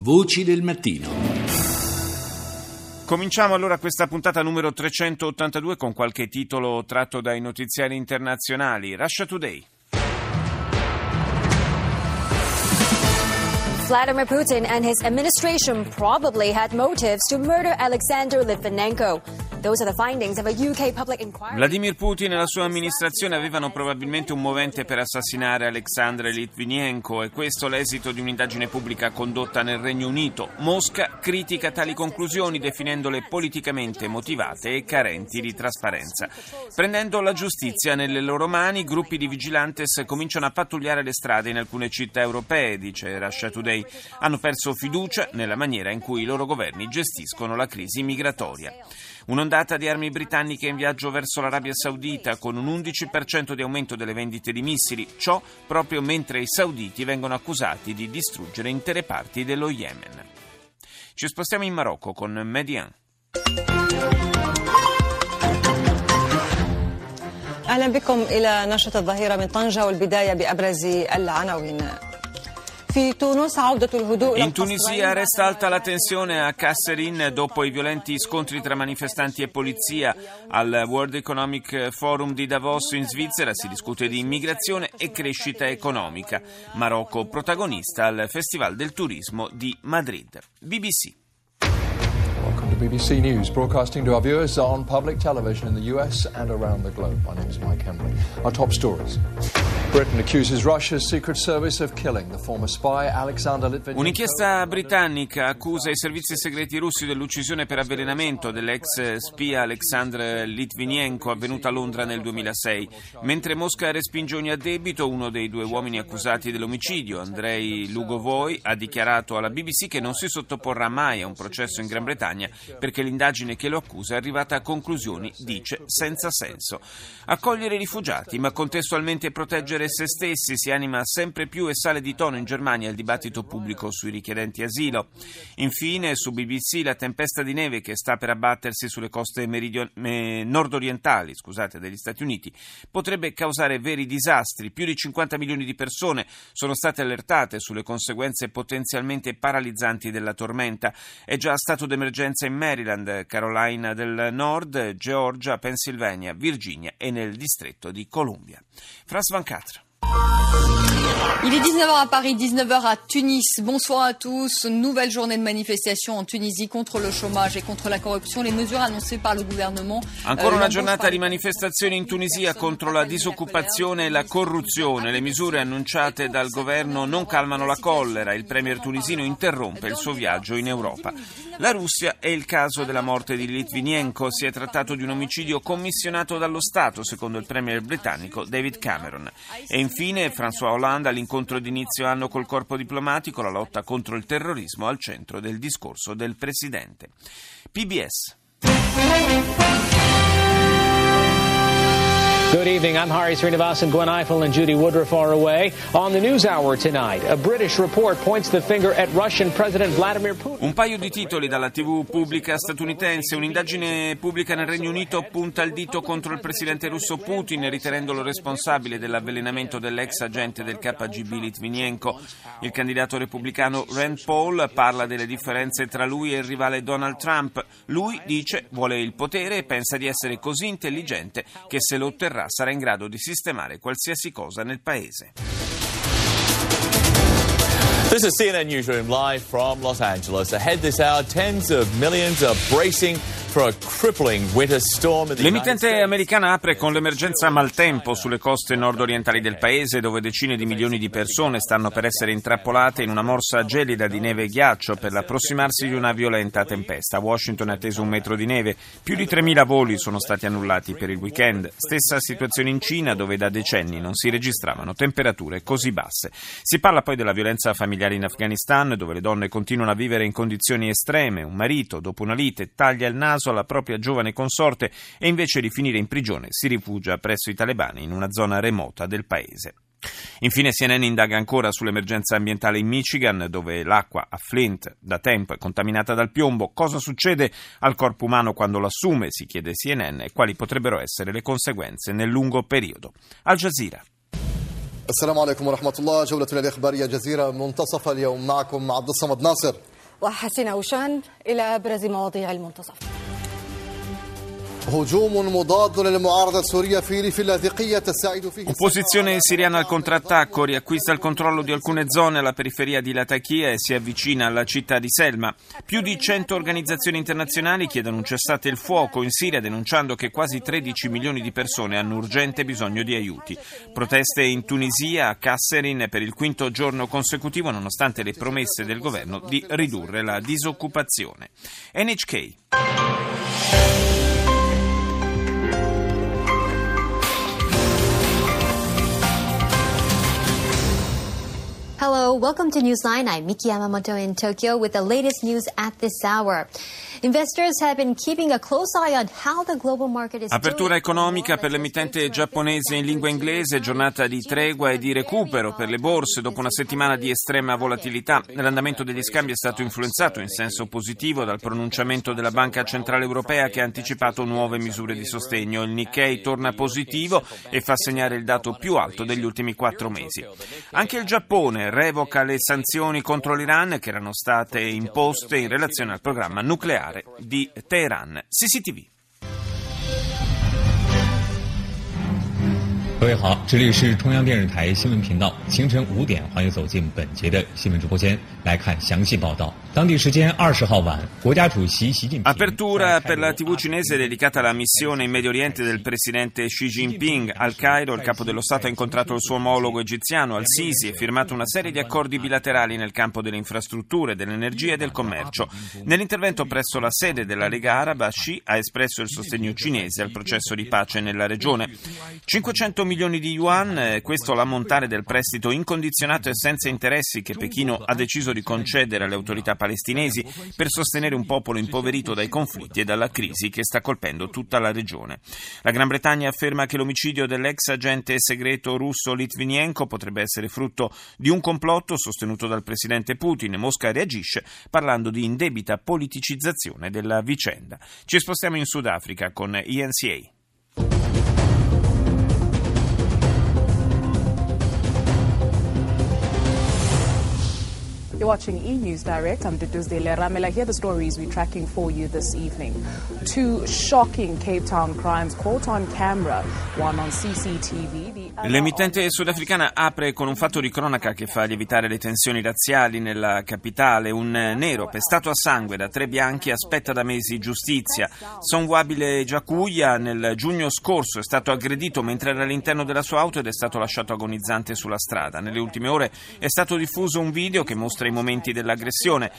Voci del mattino. Cominciamo allora questa puntata numero 382 con qualche titolo tratto dai notiziari internazionali. Russia Today. Vladimir Putin and his administration probably had motives to murder Alexander Litvinenko. Those are the findings of a UK public inquiry. Vladimir Putin e la sua amministrazione avevano probabilmente un movente per assassinare Alexander Litvinenko, e questo l'esito di un'indagine pubblica condotta nel Regno Unito. Mosca critica tali conclusioni definendole politicamente motivate e carenti di trasparenza. Prendendo la giustizia nelle loro mani, gruppi di vigilantes cominciano a pattugliare le strade in alcune città europee, dice Russia Today. Hanno perso fiducia nella maniera in cui i loro governi gestiscono la crisi migratoria. Un'ondata di armi britanniche in viaggio verso l'Arabia Saudita, con un 11% di aumento delle vendite di missili, ciò proprio mentre i sauditi vengono accusati di distruggere intere parti dello Yemen. Ci spostiamo in Marocco con Median. أهلا بكم إلى نشرة الظهيرة من طنجة والبداية بأبرز العناوين. In Tunisia resta alta la tensione a Kasserine dopo i violenti scontri tra manifestanti e polizia. Al World Economic Forum di Davos in Svizzera si discute di immigrazione e crescita economica. Marocco protagonista al Festival del Turismo di Madrid. BBC. Welcome to BBC News, broadcasting to our viewers on public television in the US and around the globe. My name is Mike Hembley. Our top stories. Britain accuses Russia's secret service of killing the former spy Alexander Litvinenko. Un'inchiesta britannica accusa i servizi segreti russi dell'uccisione per avvelenamento dell'ex spia Alexander Litvinenko avvenuta a Londra nel 2006. Mentre Mosca respinge ogni addebito, uno dei due uomini accusati dell'omicidio, Andrei Lugovoi, ha dichiarato alla BBC che non si sottoporrà mai a un processo in Gran Bretagna perché l'indagine che lo accusa è arrivata a conclusioni, dice, senza senso. Accogliere i rifugiati, ma contestualmente proteggere se stessi, si anima sempre più e sale di tono in Germania il dibattito pubblico sui richiedenti asilo. Infine, su BBC, la tempesta di neve che sta per abbattersi sulle coste nord-orientali degli Stati Uniti potrebbe causare veri disastri. Più di 50 milioni di persone sono state allertate sulle conseguenze potenzialmente paralizzanti della tormenta. È già stato d'emergenza in Maryland, Carolina del Nord, Georgia, Pennsylvania, Virginia e nel distretto di Columbia. Franz Van Catra. Il est 19h à Paris, 19h à Tunis. Bonsoir à tous. Nouvelle journée de manifestation en Tunisie contre le chômage et contre la corruption. Les mesures annoncées par le gouvernement. Ancora una giornata di manifestazioni in Tunisia contro la disoccupazione e la corruzione. Le misure annunciate dal governo non calmano la collera. Il premier tunisino interrompe il suo viaggio in Europa. La Russia è il caso della morte di Litvinenko. Si è trattato di un omicidio commissionato dallo Stato, secondo il premier britannico David Cameron. E infine François Hollande all'incontro di inizio anno col corpo diplomatico, la lotta contro il terrorismo al centro del discorso del presidente. PBS. Good evening, I'm Hari Srinivasan. Gwen Ifill and Judy Woodruff are away. On the NewsHour tonight, a British report points the finger at Russian President Vladimir Putin. Un paio di titoli dalla TV pubblica statunitense. Un'indagine pubblica nel Regno Unito punta il dito contro il presidente russo Putin, ritenendolo responsabile dell'avvelenamento dell'ex agente del KGB Litvinenko. Il candidato repubblicano Rand Paul parla delle differenze tra lui e il rivale Donald Trump. Lui, dice, vuole il potere e pensa di essere così intelligente che se lo otterrà sarà in grado di sistemare qualsiasi cosa nel paese. This is CNN Newsroom live from Los Angeles. Ahead this hour, tens of millions are bracing for a crippling winter storm in the L'emittente americana apre con l'emergenza maltempo sulle coste nord-orientali del paese, dove decine di milioni di persone stanno per essere intrappolate in una morsa gelida di neve e ghiaccio per l'approssimarsi di una violenta tempesta. A Washington è atteso un metro di neve, più di 3.000 voli sono stati annullati per il weekend. Stessa situazione in Cina, dove da decenni non si registravano temperature così basse. Si parla poi della violenza familiare in Afghanistan, dove le donne continuano a vivere in condizioni estreme. Un marito, dopo una lite, taglia il naso alla propria giovane consorte e invece di finire in prigione si rifugia presso i talebani in una zona remota del paese. Infine CNN indaga ancora sull'emergenza ambientale in Michigan, dove l'acqua a Flint da tempo è contaminata dal piombo. Cosa succede al corpo umano quando lo assume, si chiede CNN, e quali potrebbero essere le conseguenze nel lungo periodo. Al Jazeera. السلام عليكم ورحمة الله. جولتنا الإخبارية جزيرة منتصف اليوم معكم عبد الصمد ناصر. وحسين أوشان إلى أبرز مواضيع المنتصف. Opposizione siriana al contrattacco, riacquista il controllo di alcune zone alla periferia di Latakia e si avvicina alla città di Selma. Più di 100 organizzazioni internazionali chiedono un cessate il fuoco in Siria, denunciando che quasi 13 milioni di persone hanno urgente bisogno di aiuti. Proteste in Tunisia, a Kasserine, per il quinto giorno consecutivo, nonostante le promesse del governo di ridurre la disoccupazione. NHK. Hello, welcome to Newsline. I'm Miki Yamamoto in Tokyo with the latest news at this hour. Investors have been keeping a close eye on how the global market is Apertura economica per l'emittente giapponese in lingua inglese, giornata di tregua e di recupero per le borse dopo una settimana di estrema volatilità. L'andamento degli scambi è stato influenzato in senso positivo dal pronunciamento della Banca Centrale Europea che ha anticipato nuove misure di sostegno. Il Nikkei torna positivo e fa segnare il dato più alto degli ultimi 4 mesi. Anche il Giappone revoca le sanzioni contro l'Iran che erano state imposte in relazione al programma nucleare di Teheran. CCTV. 各位好，这里是中央电视台新闻频道，清晨5点，欢迎走进本节的新闻直播间，来看详细报道。当地时间20号晚，国家主席习近平 Apertura per la TV cinese dedicata alla missione in Medio Oriente del presidente Xi Jinping. Al Cairo il capo dello Stato ha incontrato il suo omologo egiziano Al-Sisi e firmato una serie di accordi bilaterali nel campo delle infrastrutture, dell'energia e del commercio. Nell'intervento presso la sede della Lega Araba, Xi ha espresso il sostegno cinese al processo di pace nella regione. 500 milioni di yuan, questo l'ammontare del prestito incondizionato e senza interessi che Pechino ha deciso di concedere alle autorità palestinesi per sostenere un popolo impoverito dai conflitti e dalla crisi che sta colpendo tutta la regione. La Gran Bretagna afferma che l'omicidio dell'ex agente segreto russo Litvinenko potrebbe essere frutto di un complotto sostenuto dal presidente Putin. Mosca reagisce parlando di indebita politicizzazione della vicenda. Ci spostiamo in Sudafrica con ENCA. You're watching E-News Direct. I'm Duduzi Leramela. Here are the stories we're tracking for you this evening. 2 shocking Cape Town crimes caught on camera, one on CCTV. L'emittente sudafricana apre con un fatto di cronaca che fa lievitare le tensioni razziali nella capitale. Un nero pestato a sangue da 3 bianchi aspetta da mesi giustizia. Sonwabile Giacuia nel giugno scorso è stato aggredito mentre era all'interno della sua auto ed è stato lasciato agonizzante sulla strada. Nelle ultime ore è stato diffuso un video che mostra i momenti dell'aggressione.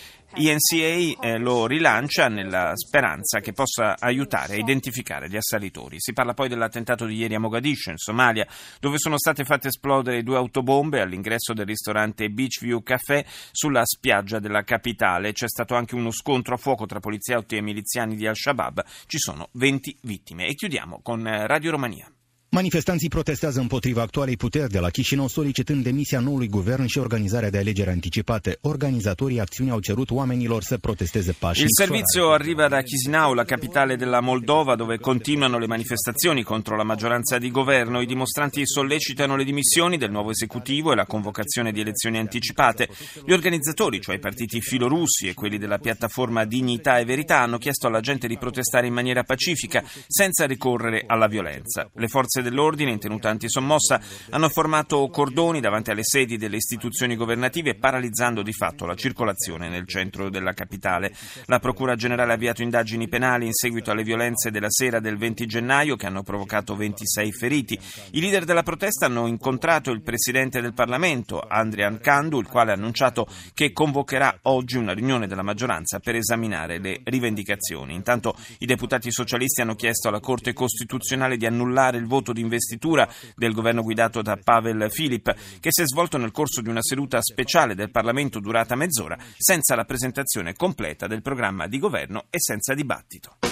ENCA lo rilancia nella speranza che possa aiutare a identificare gli assalitori. Si parla poi dell'attentato di ieri a Mogadiscio, in Somalia, dove sono state fatte esplodere 2 autobombe all'ingresso del ristorante Beachview Café sulla spiaggia della capitale. C'è stato anche uno scontro a fuoco tra poliziotti e miliziani di Al-Shabaab. Ci sono 20 vittime. E chiudiamo con Radio Romania. Manifestanții protestează împotriva actualei puteri de la Chișinău, solicitând demisia noului guvern și organizarea de alegeri anticipate. Organizatorii acțiunii au cerut oamenilor să protesteze pașnic. Il servizio arriva da Chisinau, la capitale della Moldova, dove continuano le manifestazioni contro la maggioranza di governo. I dimostranti sollecitano le dimissioni del nuovo esecutivo e la convocazione di elezioni anticipate. Gli organizzatori, cioè i partiti filorussi e quelli della piattaforma Dignità e Verità, hanno chiesto alla gente di protestare in maniera pacifica, senza ricorrere alla violenza. Le forze dell'ordine, in tenuta antisommossa, hanno formato cordoni davanti alle sedi delle istituzioni governative, paralizzando di fatto la circolazione nel centro della capitale. La Procura Generale ha avviato indagini penali in seguito alle violenze della sera del 20 gennaio che hanno provocato 26 feriti. I leader della protesta hanno incontrato il presidente del Parlamento, Andrian Candu, il quale ha annunciato che convocherà oggi una riunione della maggioranza per esaminare le rivendicazioni. Intanto i deputati socialisti hanno chiesto alla Corte Costituzionale di annullare il voto di investitura del governo guidato da Pavel Filip, che si è svolto nel corso di una seduta speciale del Parlamento durata mezz'ora, senza la presentazione completa del programma di governo e senza dibattito.